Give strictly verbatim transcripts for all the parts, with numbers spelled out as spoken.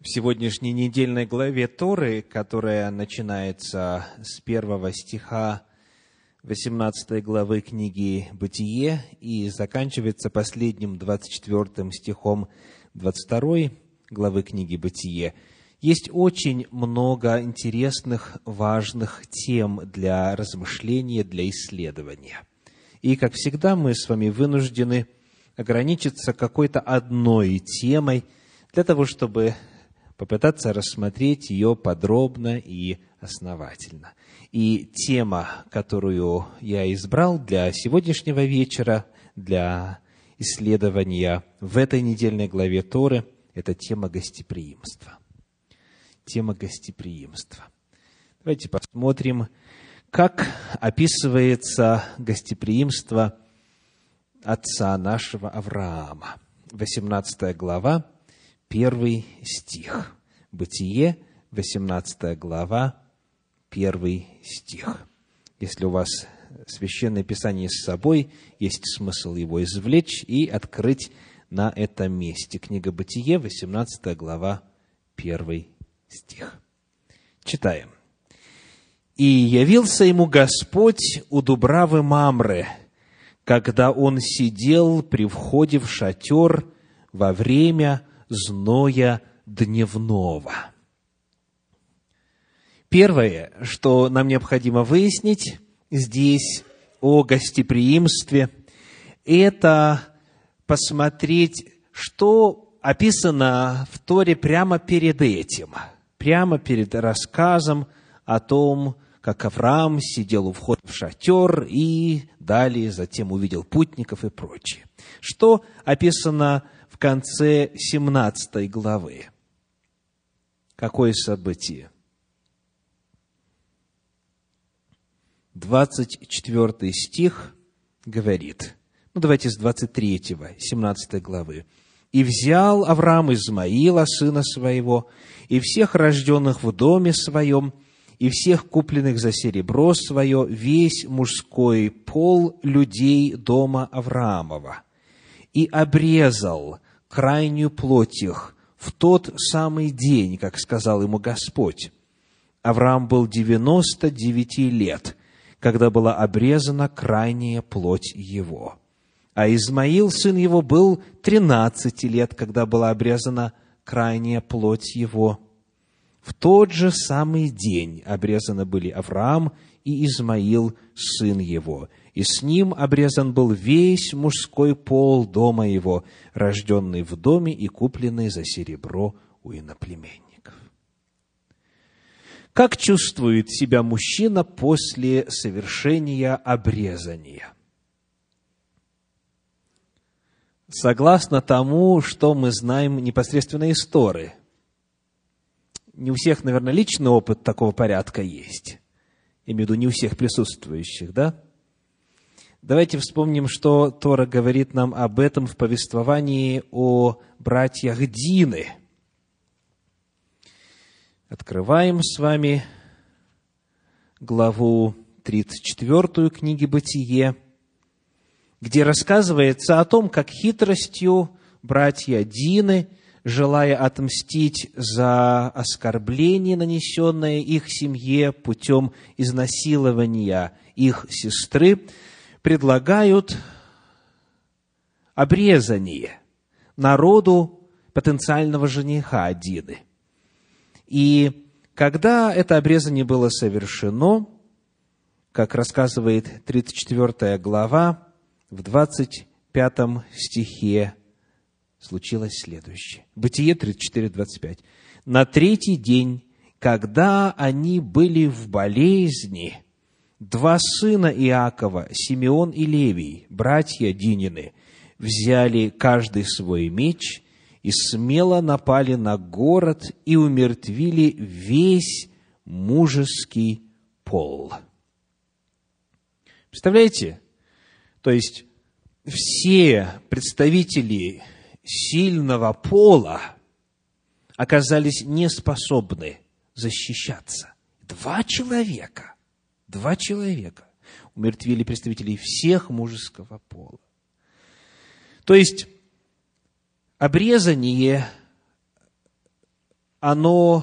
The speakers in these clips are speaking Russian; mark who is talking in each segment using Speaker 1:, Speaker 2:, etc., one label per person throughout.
Speaker 1: В сегодняшней недельной главе Торы, которая начинается с первого стиха восемнадцатой главы книги «Бытие» и заканчивается последним двадцать четвёртым стихом двадцать второй главы книги «Бытие», есть очень много интересных, важных тем для размышления, для исследования. И, как всегда, мы с вами вынуждены ограничиться какой-то одной темой для того, чтобы попытаться рассмотреть ее подробно и основательно. И тема, которую я избрал для сегодняшнего вечера, для исследования в этой недельной главе Торы, это тема гостеприимства. Тема гостеприимства. Давайте посмотрим, как описывается гостеприимство отца нашего Авраама. восемнадцатая глава, первый стих. Бытие, восемнадцатая глава, первый стих. Если у вас Священное Писание с собой, есть смысл его извлечь и открыть на этом месте. Книга Бытие, восемнадцатая глава, первый стих. Читаем. «И явился ему Господь у Дубравы Мамре, когда он сидел при входе в шатер во время зноя дневного». Первое, что нам необходимо выяснить здесь о гостеприимстве, это посмотреть, что описано в Торе прямо перед этим, прямо перед рассказом о том, как Авраам сидел у входа в шатер и далее затем увидел путников и прочее. Что описано в конце семнадцатой главы? Какое событие? двадцать четвёртый стих говорит, ну давайте с двадцать третьего, семнадцатой главы. «И взял Авраам Измаила, сына своего, и всех рожденных в доме своем, и всех купленных за серебро свое, весь мужской пол людей дома Авраамова, и обрезал крайнюю плоть их в тот самый день, как сказал ему Господь. Авраам был девяносто девяти лет, когда была обрезана крайняя плоть его. А Измаил, сын его, был тринадцати лет, когда была обрезана крайняя плоть его. В тот же самый день обрезаны были Авраам и Измаил, сын его, и с ним обрезан был весь мужской пол дома его, рожденный в доме и купленный за серебро у иноплеменников». Как чувствует себя мужчина после совершения обрезания? Согласно тому, что мы знаем непосредственно из Торы. Не у всех, наверное, личный опыт такого порядка есть. Я имею в виду, не у всех присутствующих, да? Давайте вспомним, что Тора говорит нам об этом в повествовании о братьях Дины. Открываем с вами главу тридцать четвёртую книги «Бытие», где рассказывается о том, как хитростью братья Дины, желая отмстить за оскорбление, нанесенное их семье путем изнасилования их сестры, предлагают обрезание народу потенциального жениха Дины. И когда это обрезание было совершено, как рассказывает тридцать четвёртая глава, в двадцать пятом стихе случилось следующее. Бытие тридцать четыре, двадцать пять. «На третий день, когда они были в болезни, два сына Иакова, Симеон и Левий, братья Динины, взяли каждый свой меч и смело напали на город и умертвили весь мужеский пол». Представляете? То есть, все представители сильного пола оказались неспособны защищаться. Два человека, два человека умертвили представителей всех мужеского пола. То есть, обрезание оно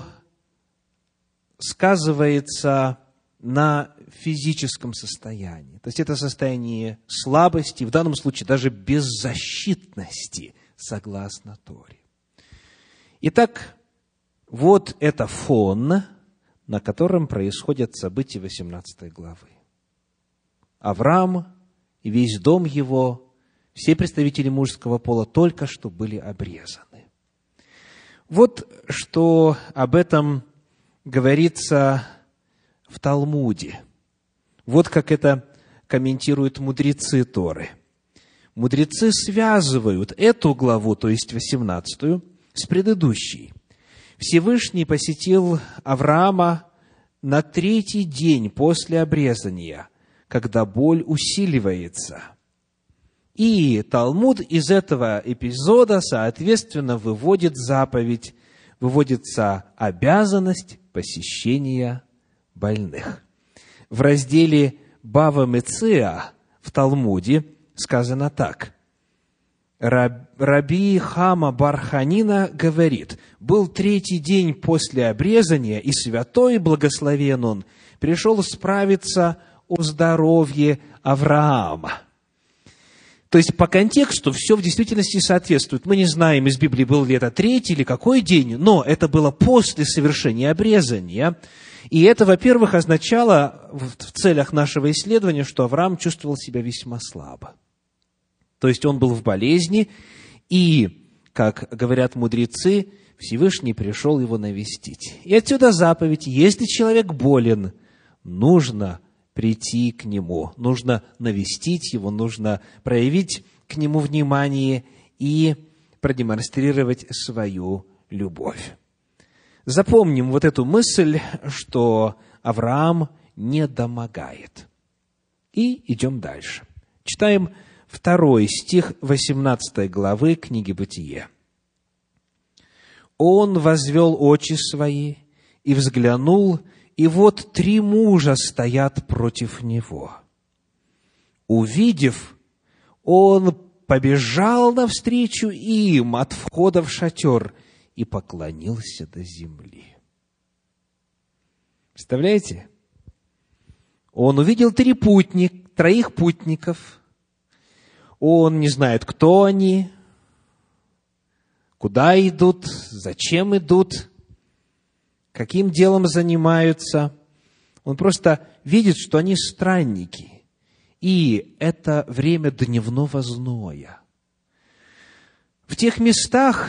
Speaker 1: сказывается на физическом состоянии. То есть это состояние слабости, в данном случае даже беззащитности, согласно Торе. Итак, вот это фон, на котором происходят события восемнадцатой главы. Авраам и весь дом его, все представители мужского пола только что были обрезаны. Вот что об этом говорится в Талмуде. Вот как это комментируют мудрецы Торы. Мудрецы связывают эту главу, то есть восемнадцатую, с предыдущей. Всевышний посетил Авраама на третий день после обрезания, когда боль усиливается. И Талмуд из этого эпизода, соответственно, выводит заповедь, выводится обязанность посещения больных. В разделе Бава Мециа в Талмуде сказано так. Раби Хама бар Ханина говорит: «Был третий день после обрезания, и святой, благословен он, пришел справиться о здоровье Авраама». То есть, по контексту все в действительности соответствует. Мы не знаем из Библии, был ли это третий или какой день, но это было после совершения обрезания. И это, во-первых, означало в целях нашего исследования, что Авраам чувствовал себя весьма слабо. То есть, он был в болезни, и, как говорят мудрецы, Всевышний пришел его навестить. И отсюда заповедь: если человек болен, нужно прийти к нему, нужно навестить его, нужно проявить к нему внимание и продемонстрировать свою любовь. Запомним вот эту мысль, что Авраам не домогает. И идем дальше. Читаем второй стих восемнадцатой главы книги Бытие. «Он возвел очи свои и взглянул, и вот три мужа стоят против него. Увидев, он побежал навстречу им от входа в шатер и поклонился до земли». Представляете? Он увидел три путник, троих путников. Он не знает, кто они, куда идут, зачем идут, каким делом занимаются. Он просто видит, что они странники. И это время дневного зноя. В тех местах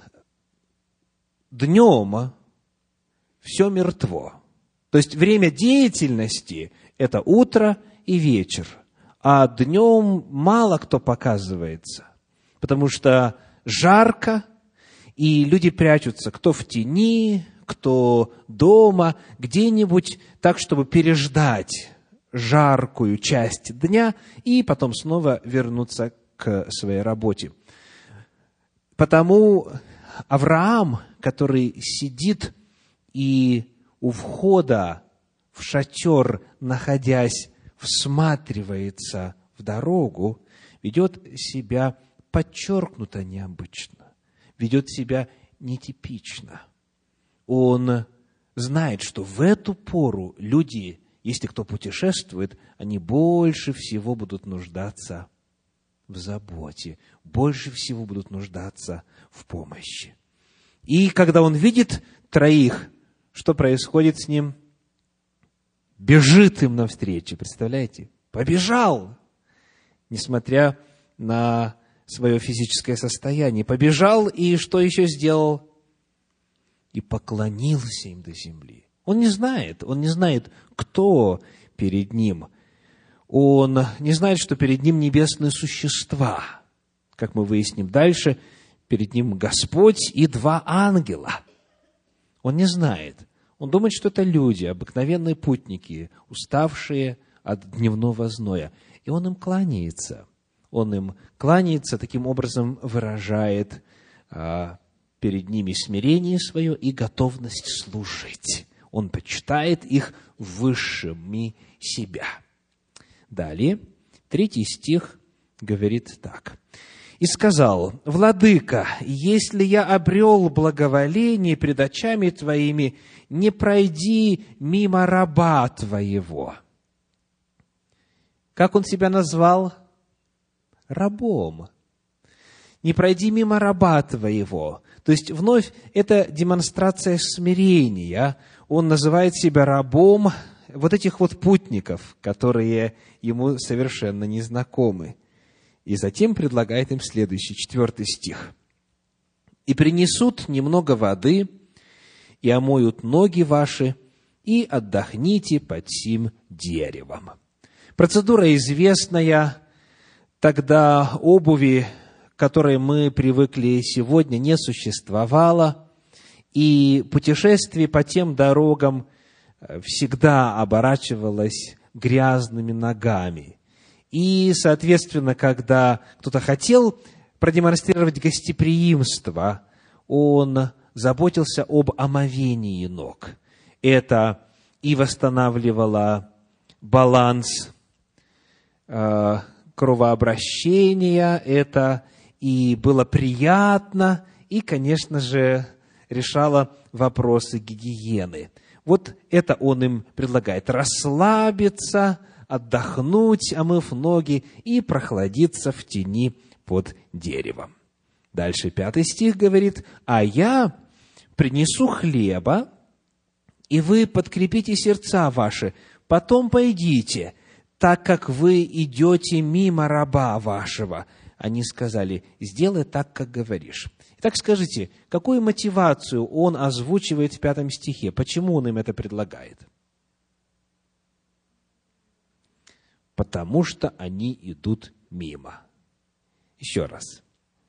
Speaker 1: днем все мертво. То есть время деятельности – это утро и вечер. А днем мало кто показывается, потому что жарко, и люди прячутся, кто в тени, кто дома, где-нибудь так, чтобы переждать жаркую часть дня и потом снова вернуться к своей работе. Потому Авраам, который сидит и у входа в шатер, находясь, всматривается в дорогу, ведет себя подчеркнуто необычно, ведет себя нетипично. Он знает, что в эту пору люди, если кто путешествует, они больше всего будут нуждаться в заботе, больше всего будут нуждаться в помощи. И когда он видит троих, что происходит с ним? Бежит им навстречу, представляете? Побежал, несмотря на свое физическое состояние. Побежал, и что еще сделал? И поклонился им до земли. Он не знает, он не знает, кто перед ним. Он не знает, что перед ним небесные существа. Как мы выясним дальше, перед ним Господь и два ангела. Он не знает. Он думает, что это люди, обыкновенные путники, уставшие от дневного зноя. И он им кланяется. Он им кланяется, таким образом выражает а, перед ними смирение свое и готовность служить. Он почитает их высшими себя. Далее, третий стих говорит так. и сказал: «Владыка, если я обрел благоволение пред очами твоими, не пройди мимо раба твоего». Как он себя назвал? Рабом. «Не пройди мимо раба твоего». То есть, вновь, это демонстрация смирения. Он называет себя рабом вот этих вот путников, которые ему совершенно не знакомы. И затем предлагает им следующий, четвертый стих. «И принесут немного воды, и омоют ноги ваши, и отдохните под сим деревом». Процедура известная. Тогда обуви, к которой мы привыкли сегодня, не существовало, и путешествие по тем дорогам всегда оборачивалось грязными ногами. И, соответственно, когда кто-то хотел продемонстрировать гостеприимство, он заботился об омовении ног. Это и восстанавливало баланс э, кровообращения, это и было приятно, и, конечно же, решало вопросы гигиены. Вот это он им предлагает: расслабиться, отдохнуть, омыв ноги, и прохладиться в тени под деревом. Дальше пятый стих говорит: «А я принесу хлеба, и вы подкрепите сердца ваши, потом пойдите, так как вы идете мимо раба вашего». Они сказали: «Сделай так, как говоришь». Итак, скажите, какую мотивацию он озвучивает в пятом стихе? Почему он им это предлагает? Потому что они идут мимо. Еще раз.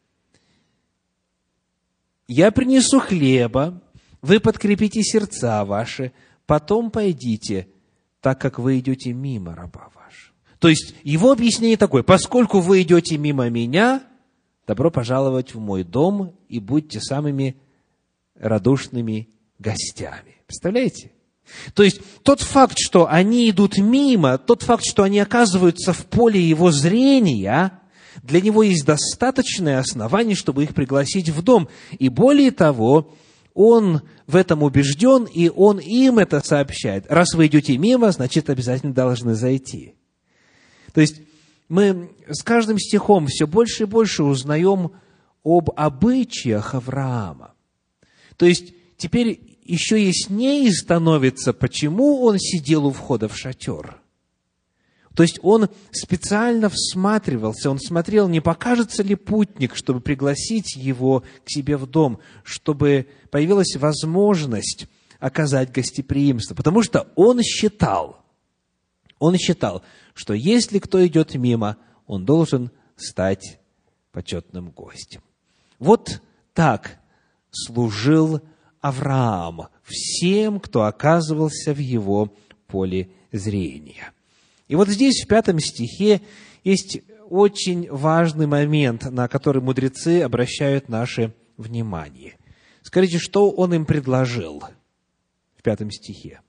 Speaker 1: «Я принесу хлеба, вы подкрепите сердца ваши, потом пойдите, так как вы идете мимо раба вашего». То есть, его объяснение такое: поскольку вы идете мимо меня, добро пожаловать в мой дом и будьте самыми радушными гостями. Представляете? То есть, тот факт, что они идут мимо, тот факт, что они оказываются в поле его зрения, для него есть достаточное основание, чтобы их пригласить в дом. И более того, он в этом убежден, и он им это сообщает. Раз вы идете мимо, значит, обязательно должны зайти. То есть, мы с каждым стихом все больше и больше узнаем об обычаях Авраама. То есть, теперь еще яснее становится, почему он сидел у входа в шатер. То есть, он специально всматривался, он смотрел, не покажется ли путник, чтобы пригласить его к себе в дом, чтобы появилась возможность оказать гостеприимство. Потому что он считал, он считал, что если кто идет мимо, он должен стать почетным гостем. Вот так служил Авраам всем, кто оказывался в его поле зрения. И вот здесь, в пятом стихе, есть очень важный момент, на который мудрецы обращают наше внимание. Скажите, что он им предложил в пятом стихе?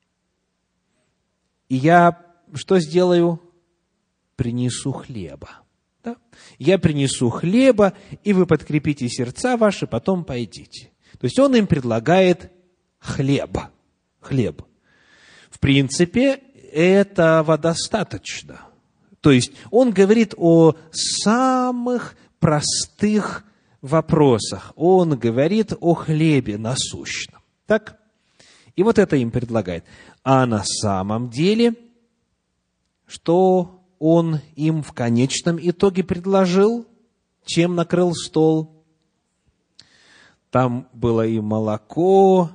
Speaker 1: «И я что сделаю? Принесу хлеба». Да? «Я принесу хлеба, и вы подкрепите сердца ваши, потом пойдите». То есть, он им предлагает хлеб. Хлеб. В принципе, этого достаточно. То есть, он говорит о самых простых вопросах. Он говорит о хлебе насущном. Так? И вот это им предлагает. А на самом деле, что он им в конечном итоге предложил? Чем накрыл стол? Там было и молоко,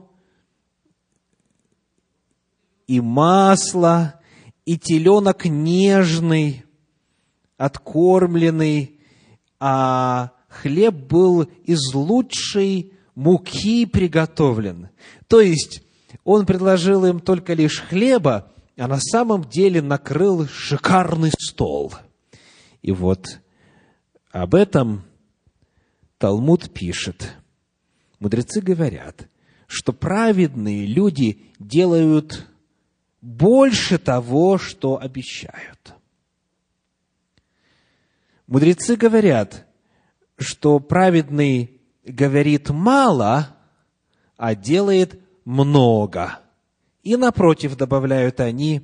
Speaker 1: и масло, и теленок нежный, откормленный, а хлеб был из лучшей муки приготовлен. То есть, он предложил им только лишь хлеба, а на самом деле накрыл шикарный стол. И вот об этом Талмуд пишет. Мудрецы говорят, что праведные люди делают больше того, что обещают. Мудрецы говорят, что праведный говорит мало, а делает много. И напротив, добавляют они,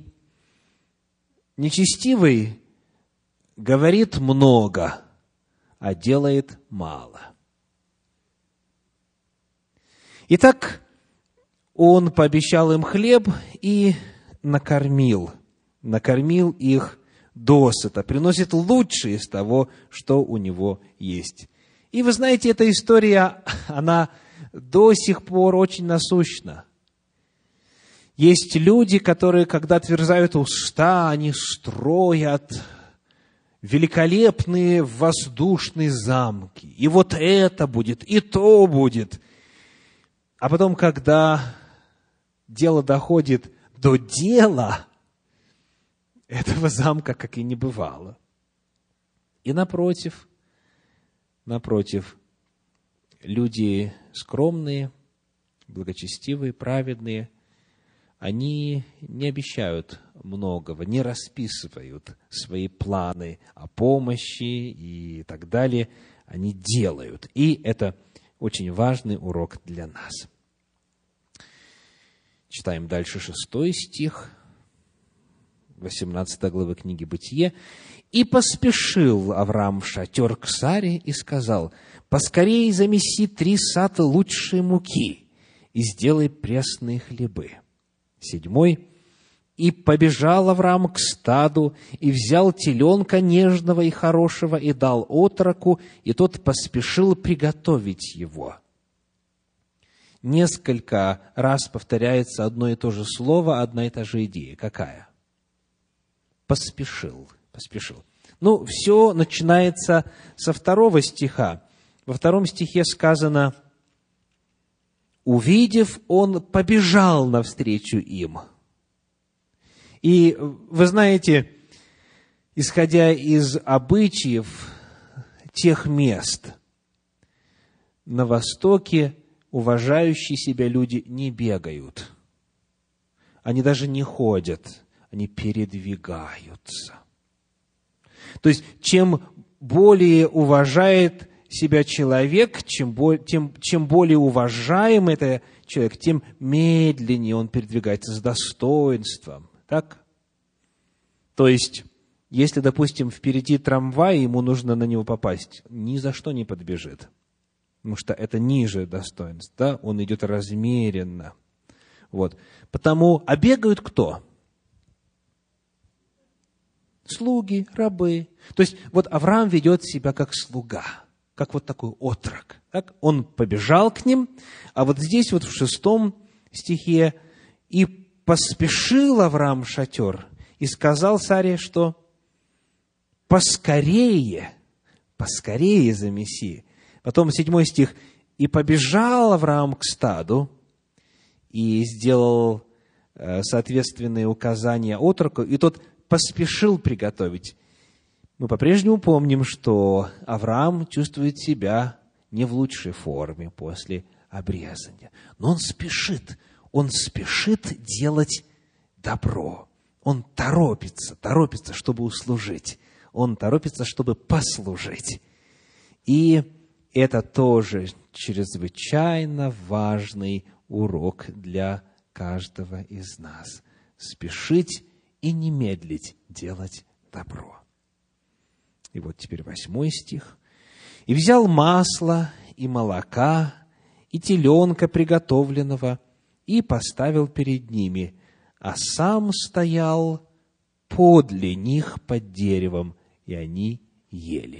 Speaker 1: нечестивый говорит много, а делает мало. Итак, он пообещал им хлеб и накормил, накормил их досыта, приносит лучшее из того, что у него есть. И вы знаете, эта история, она до сих пор очень насущна. Есть люди, которые, когда отверзают уста, они строят великолепные воздушные замки. И вот это будет, и то будет. А потом, когда дело доходит до дела, этого замка как и не бывало. И напротив, напротив, люди скромные, благочестивые, праведные, они не обещают многого, не расписывают свои планы о помощи и так далее. Они делают. И это очень важный урок для нас. Читаем дальше шестой стих, восемнадцатой главы книги «Бытие». «И поспешил Авраам в шатер к Саре и сказал: поскорей замеси три сата лучшей муки и сделай пресные хлебы». Седьмой. «И побежал Авраам к стаду, и взял теленка нежного и хорошего, и дал отроку, и тот поспешил приготовить его». Несколько раз повторяется одно и то же слово, одна и та же идея. Какая? Поспешил. Поспешил. Ну, все начинается со второго стиха. Во втором стихе сказано: «Увидев, он побежал навстречу им». И вы знаете, исходя из обычаев тех мест, на Востоке уважающие себя люди не бегают. Они даже не ходят, они передвигаются. То есть, чем более уважает себя человек, чем, тем, чем более уважаем это человек, тем медленнее он передвигается с достоинством. Так? То есть, если, допустим, впереди трамвай, ему нужно на него попасть, ни за что не подбежит. Потому что это ниже достоинств, да? Он идет размеренно. Вот. Потому, а бегают кто? Слуги, рабы. То есть, вот Авраам ведет себя как слуга, как вот такой отрок. Так? Он побежал к ним, а вот здесь вот в шестом стихе: «И поспешил Авраам в шатер, и сказал Саре, что поскорее, поскорее замеси». Потом седьмой стих: «И побежал Авраам к стаду, и сделал соответственные указания отроку, и тот поспешил приготовить». Мы по-прежнему помним, что Авраам чувствует себя не в лучшей форме после обрезания. Но он спешит, он спешит делать добро. Он торопится, торопится, чтобы услужить. Он торопится, чтобы послужить. И это тоже чрезвычайно важный урок для каждого из нас. Спешить и не медлить делать добро. И вот теперь восьмой стих. «И взял масло и молока, и теленка приготовленного, и поставил перед ними, а сам стоял подле них под деревом, и они ели».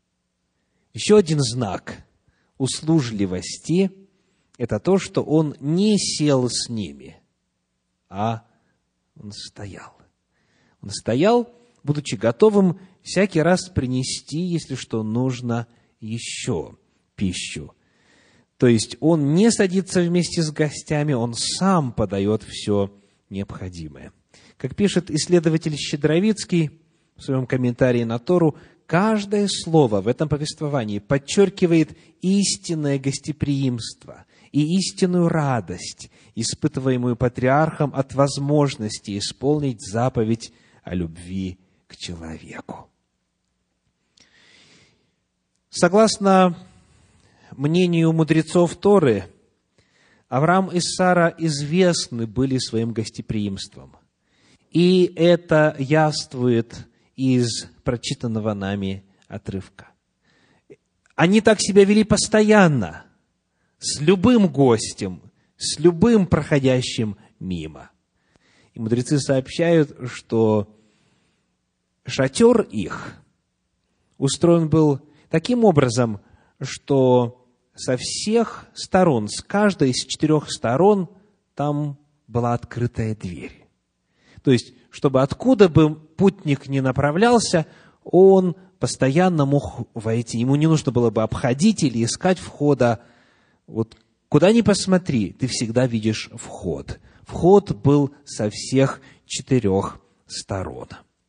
Speaker 1: Еще один знак услужливости – это то, что он не сел с ними, а он стоял. Он стоял, будучи готовым всякий раз принести, если что, нужно еще пищу. То есть он не садится вместе с гостями, он сам подает все необходимое. Как пишет исследователь Щедровицкий в своем комментарии на Тору, каждое слово в этом повествовании подчеркивает истинное гостеприимство и истинную радость, испытываемую патриархом от возможности исполнить заповедь о любви к человеку. Согласно мнению мудрецов Торы, Авраам и Сара известны были своим гостеприимством. И это явствует из прочитанного нами отрывка. Они так себя вели постоянно, с любым гостем, с любым проходящим мимо. И мудрецы сообщают, что шатер их устроен был таким образом, что со всех сторон, с каждой из четырех сторон, там была открытая дверь. То есть, чтобы откуда бы путник ни направлялся, он постоянно мог войти. Ему не нужно было бы обходить или искать входа. Вот куда ни посмотри, ты всегда видишь вход. Вход был со всех четырех сторон.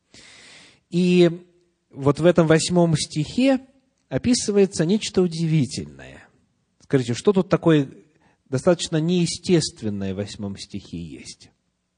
Speaker 1: И вот в этом восьмом стихе описывается нечто удивительное. Скажите, что тут такое достаточно неестественное в восьмом стихе есть?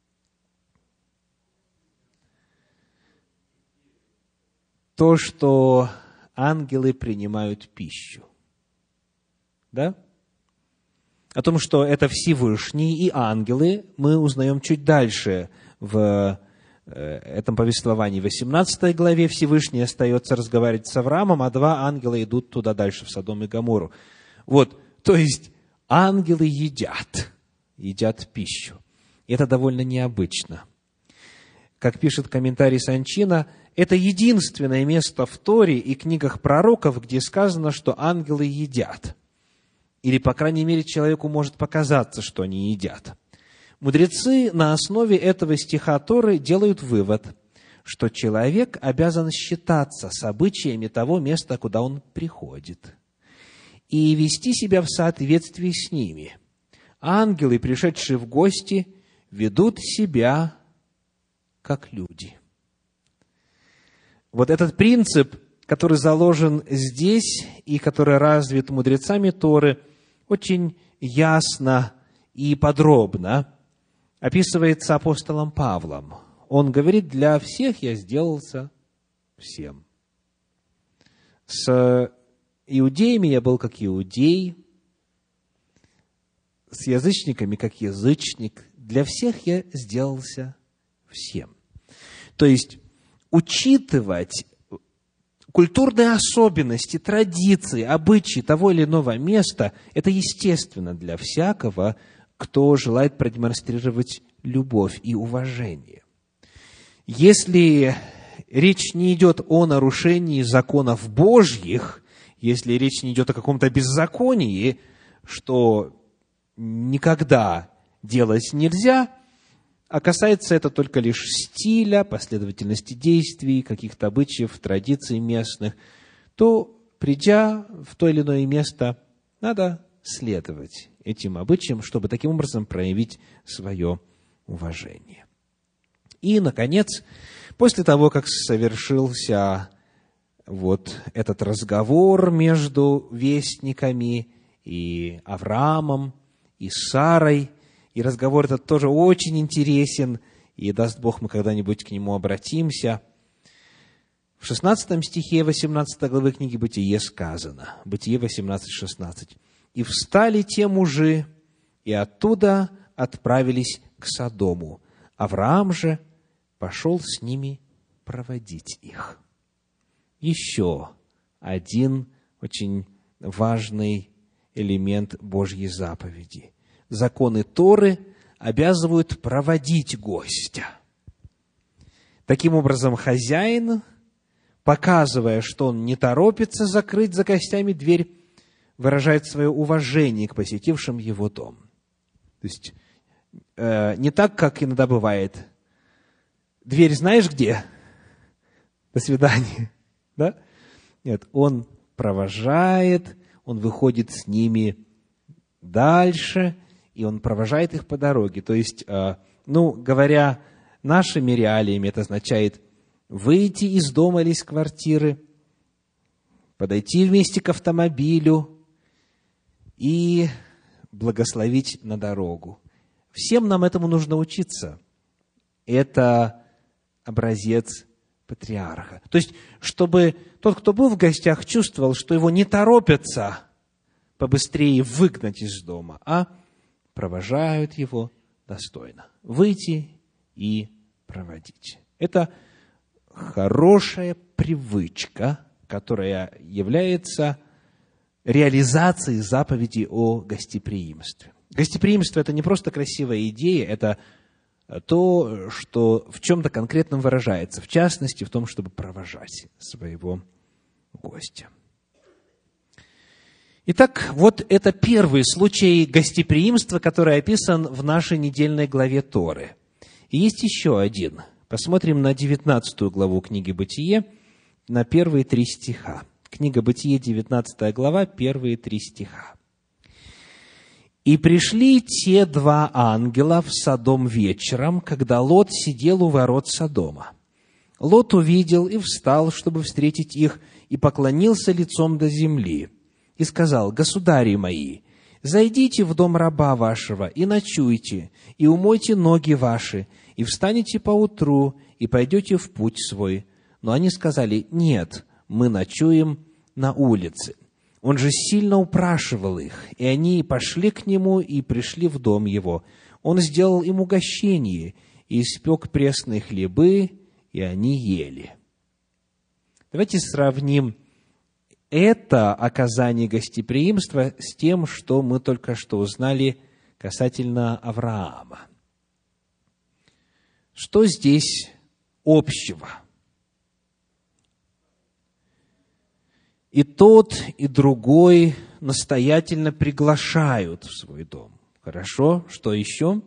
Speaker 1: То, что ангелы принимают пищу. Да? О том, что это Всевышний и ангелы, мы узнаем чуть дальше в этом повествовании. В восемнадцатой главе Всевышний остается разговаривать с Авраамом, а два ангела идут туда дальше, в Содом и Гоморру. Вот, то есть, ангелы едят, едят пищу. И это довольно необычно. Как пишет комментарий Санчина, это единственное место в Торе и книгах пророков, где сказано, что ангелы едят. Или, по крайней мере, человеку может показаться, что они едят. Мудрецы на основе этого стиха Торы делают вывод, что человек обязан считаться с обычаями того места, куда он приходит, и вести себя в соответствии с ними. Ангелы, пришедшие в гости, ведут себя как люди. Вот этот принцип, который заложен здесь и который развит мудрецами Торы, очень ясно и подробно описывается апостолом Павлом. Он говорит: для всех я сделался всем. С иудеями я был как иудей, с язычниками как язычник. Для всех я сделался всем. То есть, учитывать культурные особенности, традиции, обычаи того или иного места, это естественно для всякого, кто желает продемонстрировать любовь и уважение. Если речь не идет о нарушении законов Божьих, если речь не идет о каком-то беззаконии, что никогда делать нельзя, а касается это только лишь стиля, последовательности действий, каких-то обычаев, традиций местных, то, придя в то или иное место, надо следовать этим обычаям, чтобы таким образом проявить свое уважение. И, наконец, после того, как совершился вот этот разговор между вестниками и Авраамом, и Сарой, и разговор этот тоже очень интересен, и, даст Бог, мы когда-нибудь к нему обратимся. В шестнадцатом стихе восемнадцатой главы книги «Бытие» сказано, Бытие восемнадцать шестнадцать. «И встали те мужи, и оттуда отправились к Содому. Авраам же пошел с ними проводить их». Еще один очень важный элемент Божьей заповеди. Законы Торы обязывают проводить гостя. Таким образом, хозяин, показывая, что он не торопится закрыть за гостями дверь, выражает свое уважение к посетившим его дом. То есть, э, не так, как иногда бывает. Дверь знаешь где? До свидания. Да? Нет, он провожает, он выходит с ними дальше, и он провожает их по дороге. То есть, э, ну, говоря нашими реалиями, это означает выйти из дома или из квартиры, подойти вместе к автомобилю и благословить на дорогу. Всем нам этому нужно учиться. Это образец патриарха. То есть, чтобы тот, кто был в гостях, чувствовал, что его не торопятся побыстрее выгнать из дома, а провожают его достойно. Выйти и проводить. Это хорошая привычка, которая является реализацией заповеди о гостеприимстве. Гостеприимство – это не просто красивая идея, это то, что в чем-то конкретном выражается, в частности, в том, чтобы провожать своего гостя. Итак, вот это первый случай гостеприимства, который описан в нашей недельной главе Торы. И есть еще один. Посмотрим на девятнадцатую главу книги «Бытие», на первые три стиха. Книга «Бытие», девятнадцатая глава, первые три стиха. «И пришли те два ангела в Содом вечером, когда Лот сидел у ворот Содома. Лот увидел и встал, чтобы встретить их, и поклонился лицом до земли, и сказал: «Государи мои, зайдите в дом раба вашего, и ночуйте, и умойте ноги ваши, и встанете поутру, и пойдете в путь свой». Но они сказали: «Нет, мы ночуем на улице». Он же сильно упрашивал их, и они пошли к нему и пришли в дом его. Он сделал им угощение, и испек пресные хлебы, и они ели. Давайте сравним это оказание гостеприимства с тем, что мы только что узнали касательно Авраама. Что здесь общего? И тот, и другой настоятельно приглашают в свой дом. Хорошо, что еще?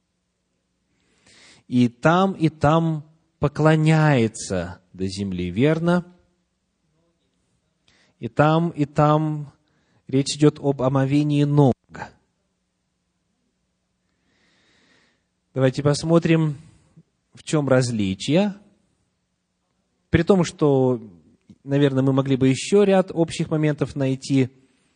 Speaker 1: И там, и там поклоняется до земли, верно? И там, и там речь идет об омовении ног. Давайте посмотрим, в чем различие. При том, что, наверное, мы могли бы еще ряд общих моментов найти.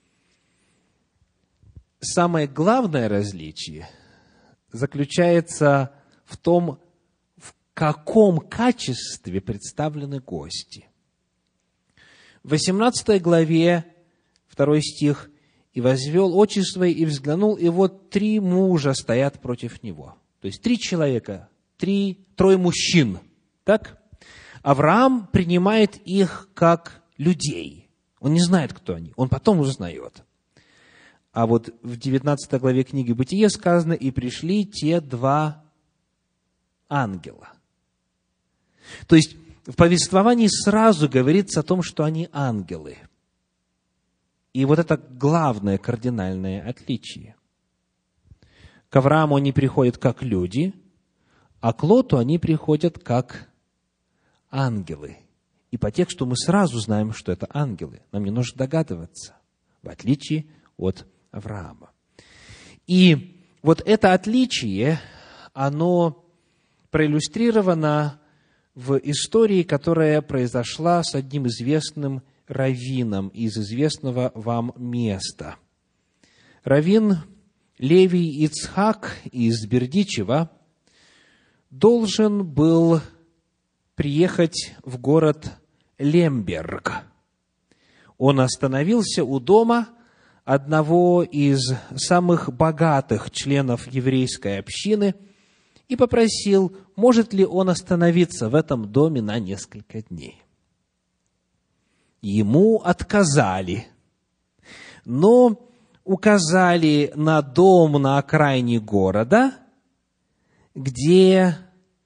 Speaker 1: Самое главное различие заключается в том, в каком качестве представлены гости. В восемнадцатой главе, второй стих: «И возвел очи свои, и взглянул, и вот три мужа стоят против него». То есть три человека, три, трое мужчин. Так? Авраам принимает их как людей. Он не знает, кто они. Он потом узнает. А вот в девятнадцатой главе книги «Бытие» сказано: «И пришли те два ангела». То есть в повествовании сразу говорится о том, что они ангелы. И вот это главное кардинальное отличие. К Аврааму они приходят как люди, а к Лоту они приходят как ангелы. И по тексту мы сразу знаем, что это ангелы. Нам не нужно догадываться, в отличие от Авраама. И вот это отличие, оно проиллюстрировано в истории, которая произошла с одним известным раввином из известного вам места. Раввин Левий Ицхак из Бердичева должен был приехать в город Лемберг. Он остановился у дома одного из самых богатых членов еврейской общины и попросил, может ли он остановиться в этом доме на несколько дней. Ему отказали, но указали на дом на окраине города, где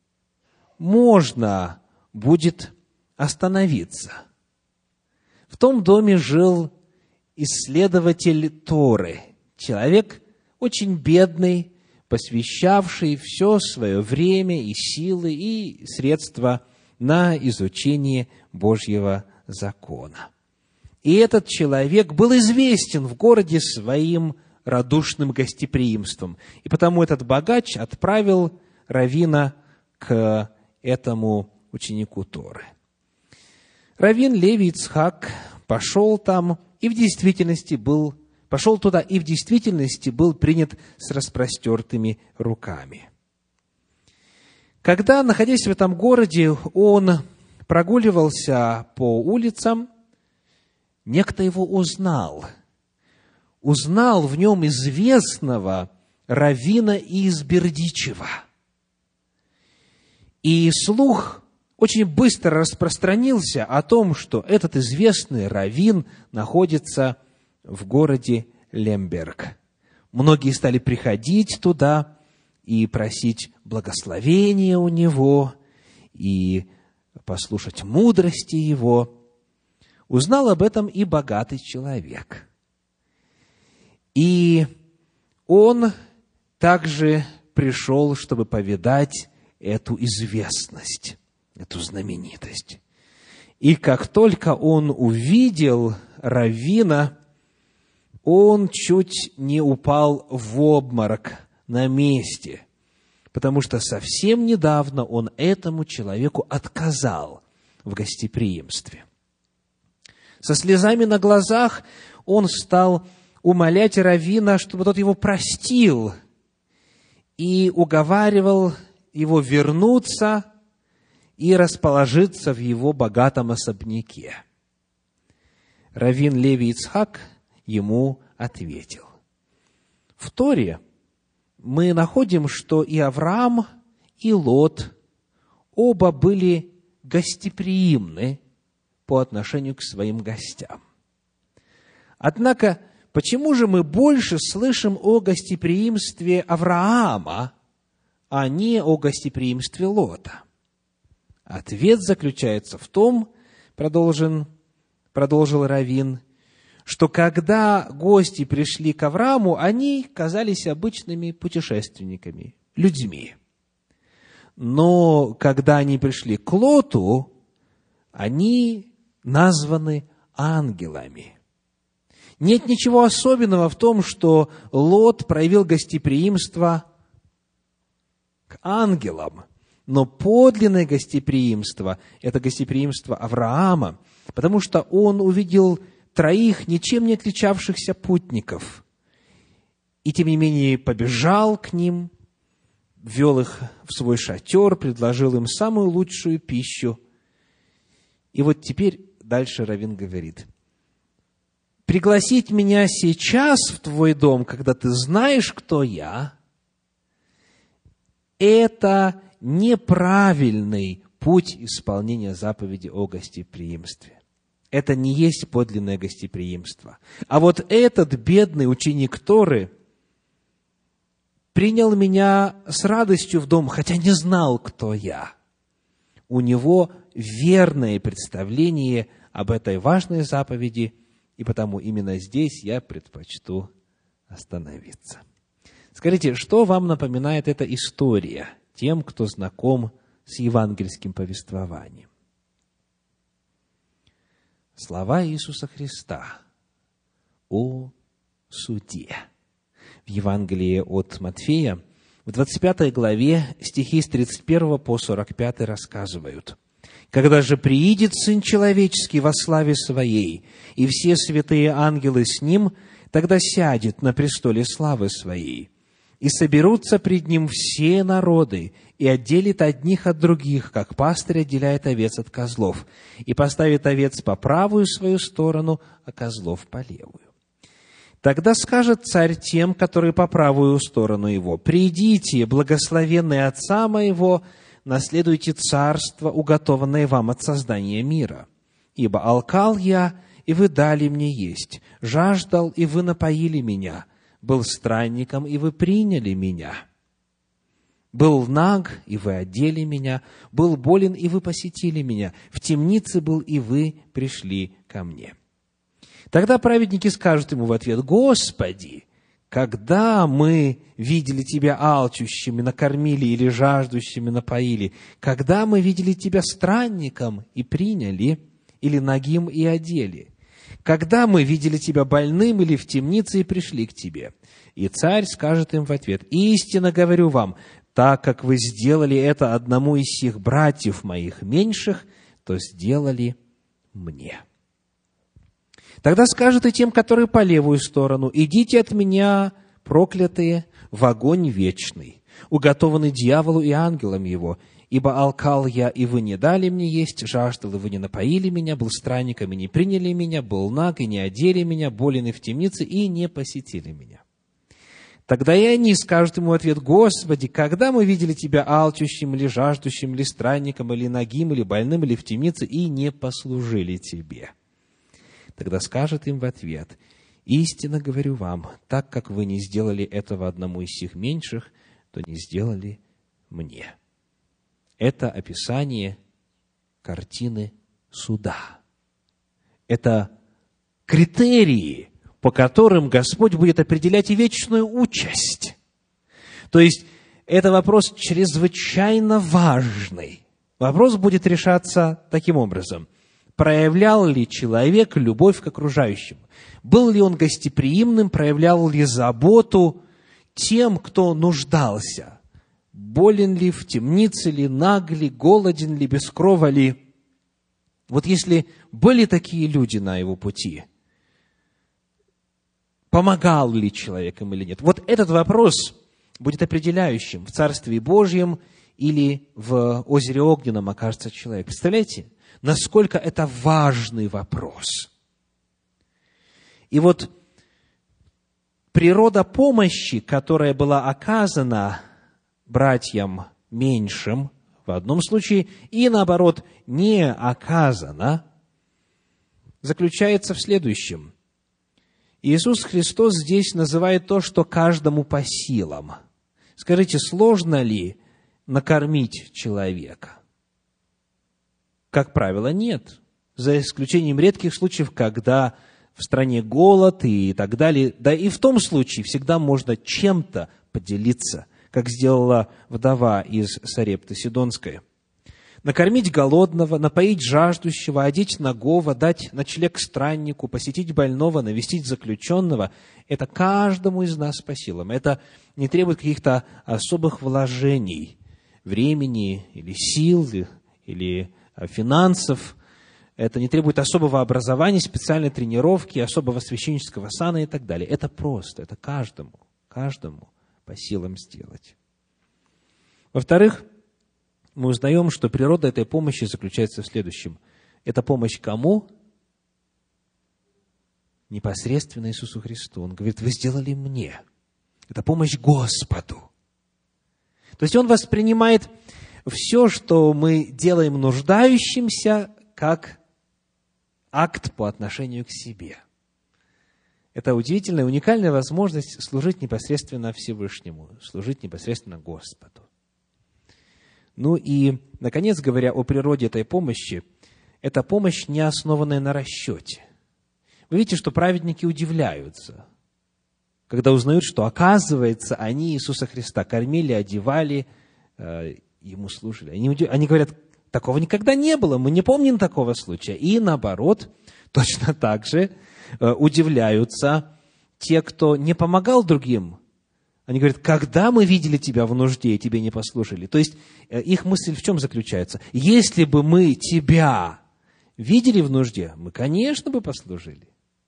Speaker 1: можно будет остановиться. В том доме жил исследователь Торы, человек очень бедный, посвящавший все свое время и силы, и средства на изучение Божьего закона. И этот человек был известен в городе своим радушным гостеприимством. И потому этот богач отправил раввина к этому ученику Торы. Раввин Левий Ицхак пошел там и в действительности был Пошел туда и в действительности был принят с распростертыми руками. Когда, находясь в этом городе, он прогуливался по улицам, некто его узнал. Узнал в нем известного раввина из Бердичева. И слух очень быстро распространился о том, что этот известный раввин находится в городе Лемберг. Многие стали приходить туда и просить благословения у него, и послушать мудрости его. Узнал об этом и богатый человек. И он также пришел, чтобы повидать эту известность, эту знаменитость. И как только он увидел раввина, он чуть не упал в обморок на месте, потому что совсем недавно он этому человеку отказал в гостеприимстве. Со слезами на глазах он стал умолять раввина, чтобы тот его простил, и уговаривал его вернуться и расположиться в его богатом особняке. Раввин Леви Ицхак ему ответил. В Торе мы находим, что и Авраам, и Лот оба были гостеприимны по отношению к своим гостям. Однако, почему же мы больше слышим о гостеприимстве Авраама, а не о гостеприимстве Лота? Ответ заключается в том, продолжен, продолжил раввин, что когда гости пришли к Аврааму, они казались обычными путешественниками, людьми. Но когда они пришли к Лоту, они названы ангелами. Нет ничего особенного в том, что Лот проявил гостеприимство к ангелам, но подлинное гостеприимство – это гостеприимство Авраама, потому что он увидел троих ничем не отличавшихся путников, и тем не менее побежал к ним, ввел их в свой шатер, предложил им самую лучшую пищу. И вот теперь дальше раввин говорит: пригласить меня сейчас в твой дом, когда ты знаешь, кто я, это неправильный путь исполнения заповеди о гостеприимстве. Это не есть подлинное гостеприимство. А вот этот бедный ученик Торы принял меня с радостью в дом, хотя не знал, кто я. У него верное представление об этой важной заповеди, и потому именно здесь я предпочту остановиться. Скажите, что вам напоминает эта история тем, кто знаком с евангельским повествованием? Слова Иисуса Христа о суде. В Евангелии от Матфея, в двадцать пятой главе, стихи с тридцать первого по сорок пятый рассказывают: «Когда же приидет Сын Человеческий во славе Своей, и все святые ангелы с Ним, тогда сядет на престоле славы Своей, и соберутся пред Ним все народы, и отделит одних от других, как пастырь отделяет овец от козлов, и поставит овец по правую свою сторону, а козлов по левую. Тогда скажет царь тем, которые по правую сторону его: придите, благословенные Отца моего, наследуйте царство, уготованное вам от создания мира. Ибо алкал я, и вы дали мне есть, жаждал, и вы напоили меня, был странником, и вы приняли меня, был наг, и вы одели меня, был болен, и вы посетили меня, в темнице был, и вы пришли ко мне». Тогда праведники скажут ему в ответ: «Господи, когда мы видели Тебя алчущими, накормили, или жаждущими, напоили? Когда мы видели Тебя странником и приняли, или нагим и одели? Когда мы видели Тебя больным или в темнице и пришли к Тебе?» И царь скажет им в ответ: «Истинно говорю вам, так как вы сделали это одному из сих братьев моих меньших, то сделали мне». Тогда скажет и тем, которые по левую сторону: «Идите от меня, проклятые, в огонь вечный, уготованный дьяволу и ангелам его, Ибо алкал я, и вы не дали мне есть, жаждал, и вы не напоили меня, был странником, и не приняли меня, был наг, и не одели меня, болен и в темнице, и не посетили меня. Тогда и они скажут ему в ответ: Господи, когда мы видели Тебя алчущим, или жаждущим, или странником, или нагим, или больным, или в темнице, и не послужили Тебе? Тогда скажет им в ответ: истинно говорю вам, так как вы не сделали этого одному из сих меньших, то не сделали мне. Это описание картины суда. Это критерии, по которым Господь будет определять и вечную участь. То есть, это вопрос чрезвычайно важный. Вопрос будет решаться таким образом. Проявлял ли человек любовь к окружающим? Был ли он гостеприимным? Проявлял ли заботу тем, кто нуждался? Болен ли, в темнице ли, наг ли, голоден ли, без крова ли? Вот если были такие люди на его пути, помогал ли человек им или нет? Вот этот вопрос будет определяющим, в Царстве Божьем или в озере Огненном окажется человек. Представляете, насколько это важный вопрос? И вот природа помощи, которая была оказана братьям меньшим в одном случае, и наоборот, не оказана, заключается в следующем. Иисус Христос здесь называет то, что каждому по силам. Скажите, сложно ли накормить человека? Как правило, нет. За исключением редких случаев, когда в стране голод и так далее. Да и в том случае всегда можно чем-то поделиться, как сделала вдова из Сарепты Сидонской. Накормить голодного, напоить жаждущего, одеть нагого, дать ночлег страннику, посетить больного, навестить заключенного – это каждому из нас по силам. Это не требует каких-то особых вложений, времени или сил, или финансов. Это не требует особого образования, специальной тренировки, особого священнического сана и так далее. Это просто, это каждому, каждому по силам сделать. Во-вторых, мы узнаем, что природа этой помощи заключается в следующем. Это помощь кому? Непосредственно Иисусу Христу. Он говорит: вы сделали мне. Это помощь Господу. То есть Он воспринимает все, что мы делаем нуждающимся, как акт по отношению к себе. Это удивительная, уникальная возможность служить непосредственно Всевышнему, служить непосредственно Господу. Ну и, наконец, говоря о природе этой помощи, это помощь, не основанная на расчете. Вы видите, что праведники удивляются, когда узнают, что, оказывается, они Иисуса Христа кормили, одевали, э, Ему служили. Они, удив... они говорят: такого никогда не было, мы не помним такого случая. И наоборот, точно так же э, удивляются те, кто не помогал другим. Они говорят: когда мы видели тебя в нужде и тебе не послушали? То есть, их мысль в чем заключается? Если бы мы тебя видели в нужде, мы, конечно, бы послужили.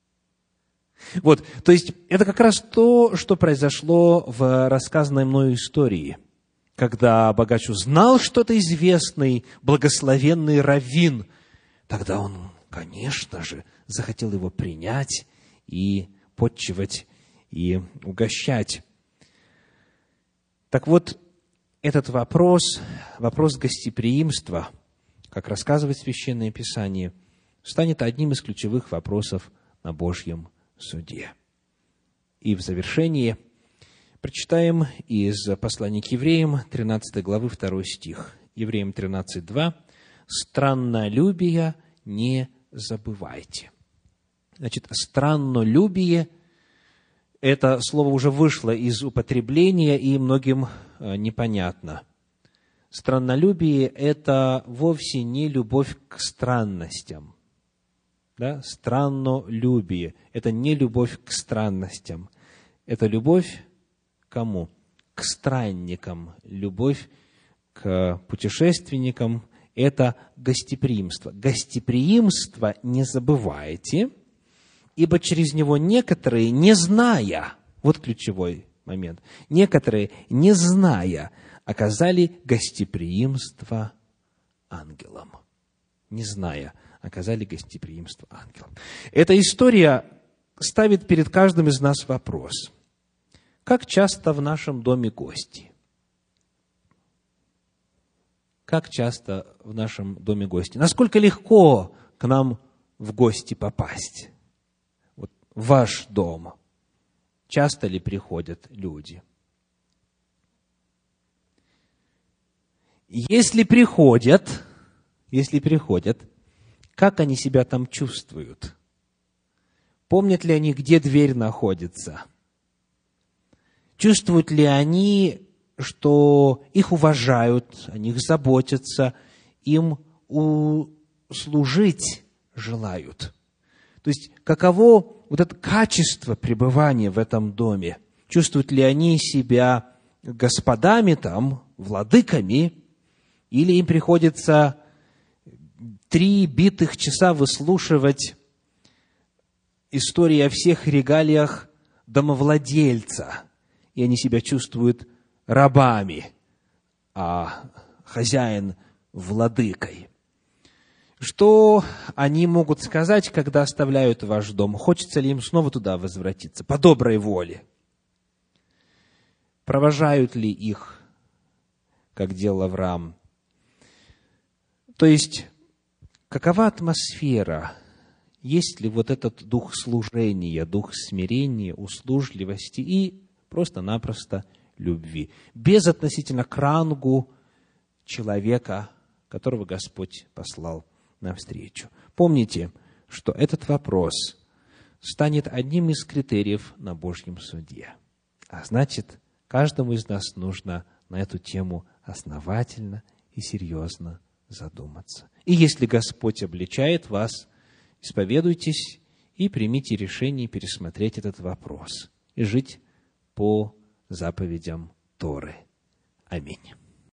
Speaker 1: Вот, то есть, это как раз то, что произошло в рассказанной мною истории, когда богач узнал, что это известный, благословенный раввин, тогда он, конечно же, захотел его принять и подчивать, и угощать. Так вот, этот вопрос, вопрос гостеприимства, как рассказывает Священное Писание, станет одним из ключевых вопросов на Божьем суде. И в завершении прочитаем из послания к Евреям, тринадцатой главы, второй стих. Евреям тринадцать, два. «Страннолюбия не забывайте». Значит, страннолюбие – это слово уже вышло из употребления, и многим непонятно. Страннолюбие – это вовсе не любовь к странностям. Да? Страннолюбие – это не любовь к странностям. Это любовь к кому? К странникам. Любовь к путешественникам – это гостеприимство. Гостеприимство не забывайте, ибо через него некоторые, не зная, вот ключевой момент, некоторые, не зная, оказали гостеприимство ангелам. Не зная, оказали гостеприимство ангелам. Эта история ставит перед каждым из нас вопрос: как часто в нашем доме гости? Как часто в нашем доме гости? Насколько легко к нам в гости попасть? Вот в ваш дом. Часто ли приходят люди? Если приходят, если приходят, как они себя там чувствуют? Помнят ли они, где дверь находится? Чувствуют ли они, что их уважают, о них заботятся, им услужить желают? То есть, каково вот это качество пребывания в этом доме? Чувствуют ли они себя господами там, владыками, или им приходится три битых часа выслушивать истории о всех регалиях домовладельца, и они себя чувствуют рабами, а хозяин владыкой? Что они могут сказать, когда оставляют ваш дом? Хочется ли им снова туда возвратиться по доброй воле? Провожают ли их, как делал Авраам? То есть, какова атмосфера? Есть ли вот этот дух служения, дух смирения, услужливости и просто-напросто любви, безотносительно к рангу человека, которого Господь послал навстречу? Помните, что этот вопрос станет одним из критериев на Божьем суде. А значит, каждому из нас нужно на эту тему основательно и серьезно задуматься. И если Господь обличает вас, исповедуйтесь и примите решение пересмотреть этот вопрос и жить по заповедям Торы. Аминь.